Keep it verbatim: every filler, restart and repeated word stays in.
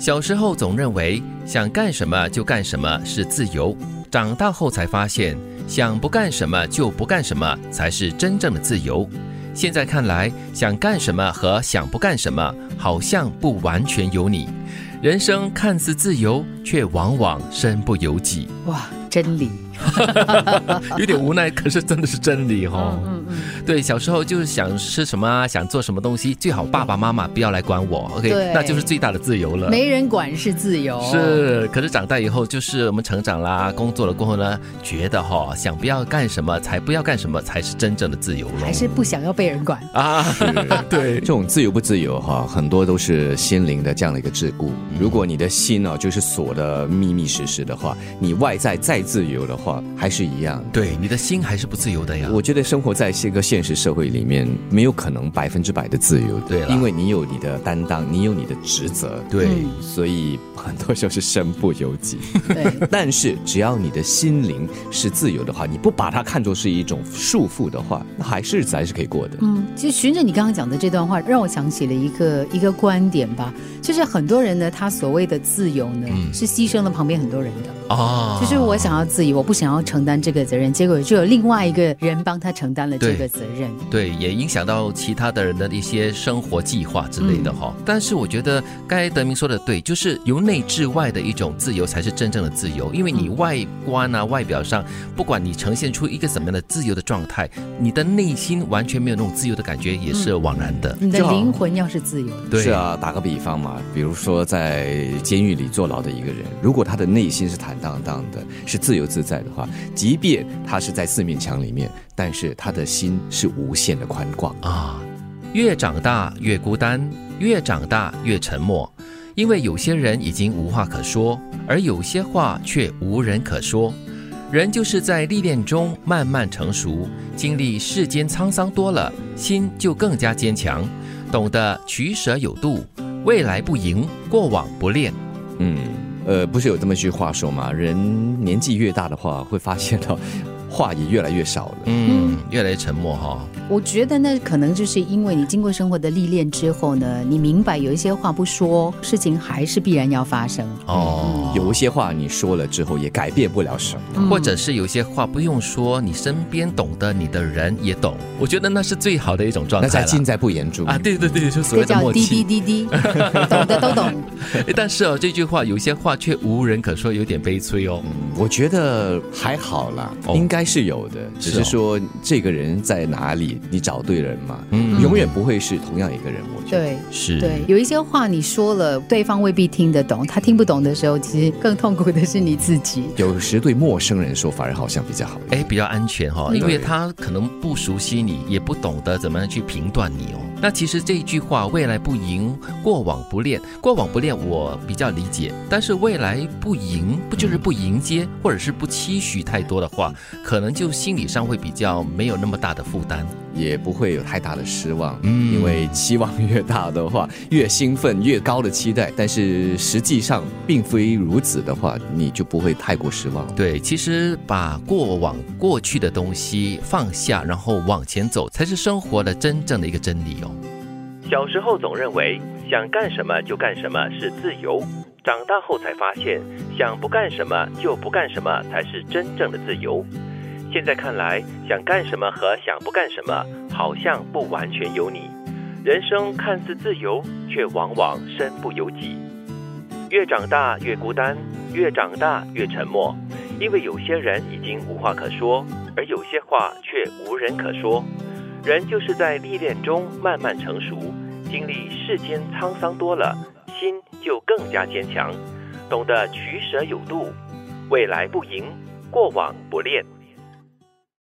小时候总认为想干什么就干什么是自由，长大后才发现想不干什么就不干什么才是真正的自由。现在看来，想干什么和想不干什么好像不完全由你。人生看似自由，却往往身不由己。 哇，真理有点无奈，可是真的是真理哦。 嗯嗯对，小时候就是想吃什么啊，想做什么东西，最好爸爸妈妈不要来管我 ，OK， 那就是最大的自由了。 没人管是自由。 是，可是长大以后，就是我们成长啦，工作了过后呢，觉得哈、哦，想不要干什么才不要干什么，才是真正的自由了。 还是不想要被人管啊？对， 这种自由不自由哈，很多都是心灵的这样的一个桎梏。如果你的心呢、啊、就是锁得密密实实的话，你外在再自由的话，还是一样。 对，你的心还是不自由的呀。 我觉得生活在一个现实社会里面，没有可能百分之百的自由。 对了， 因为你有你的担当，你有你的职责。 对、 嗯，所以很多时候是身不由己。 对， 但是只要你的心灵是自由的话，你不把它看作是一种束缚的话，那还是日子还是可以过的。 嗯，其实循着你刚刚讲的这段话，让我想起了一个一个观点吧，就是很多人呢，他所谓的自由呢，嗯、是牺牲了旁边很多人的。 哦， 就是我想要自由，我不想要承担这个责任，结果就有另外一个人帮他承担了这个责任。 对，也影响到其他的人的一些生活计划之类的哈、嗯。但是我觉得刚才德明说的对，就是由内至外的一种自由才是真正的自由，因为你外观啊、外表上，不管你呈现出一个什么样的自由的状态，你的内心完全没有那种自由的感觉，也是枉然的。 嗯、你的灵魂要是自由的， 对，是啊，打个比方嘛，比如说在监狱里坐牢的一个人，如果他的内心是坦荡荡的，是自由自在的话，即便他是在四面墙里面，但是他的心是无限的宽广啊。越长大越孤单，越长大越沉默，因为有些人已经无话可说，而有些话却无人可说。人就是在历练中慢慢成熟，经历世间沧桑多了，心就更加坚强，懂得取舍有度，未来不迎，过往不恋。 嗯，呃，不是有这么一句话说吗？人年纪越大的话，会发现到话也越来越少了， 嗯，越来越沉默哈。 我觉得呢，可能就是因为你经过生活的历练之后呢，你明白有一些话不说，事情还是必然要发生。 哦，有一些话你说了之后也改变不了什么， 嗯、或者是有些话不用说，你身边懂得你的人也懂。我觉得那是最好的一种状态了。 那才尽在不言中啊！ 对对对，就所谓的默契。 这叫滴滴滴滴，懂的都懂。 但是哦，这句话有些话却无人可说，有点悲催哦。 嗯、我觉得还好啦，哦、应该是有的，只是说这个人在哪里。你找对人嘛，嗯，永远不会是同样一个人。我觉得对， 是对，有一些话你说了，对方未必听得懂，他听不懂的时候，其实更痛苦的是你自己。 有时对陌生人说，反而好像比较好， 哎，比较安全哈、哦，因为他可能不熟悉你，也不懂得怎么样去评断你哦。那其实这一句话，未来不迎，过往不恋，过往不恋我比较理解，但是未来不迎，不就是不迎接，嗯、或者是不期许太多的话，可能就心理上会比较没有那么大的负担。 也不会有太大的失望，嗯，因为期望越大的话，越兴奋，越高的期待，但是实际上并非如此的话，你就不会太过失望。 对，其实把过往过去的东西放下，然后往前走，才是生活的真正的一个真理哦。小时候总认为想干什么就干什么是自由，长大后才发现想不干什么就不干什么才是真正的自由。现在看来，想干什么和想不干什么好像不完全由你。人生看似自由，却往往身不由己。越长大越孤单，越长大越沉默，因为有些人已经无话可说，而有些话却无人可说。人就是在历练中慢慢成熟，经历世间沧桑多了，心就更加坚强，懂得取舍有度，未来不迎，过往不恋。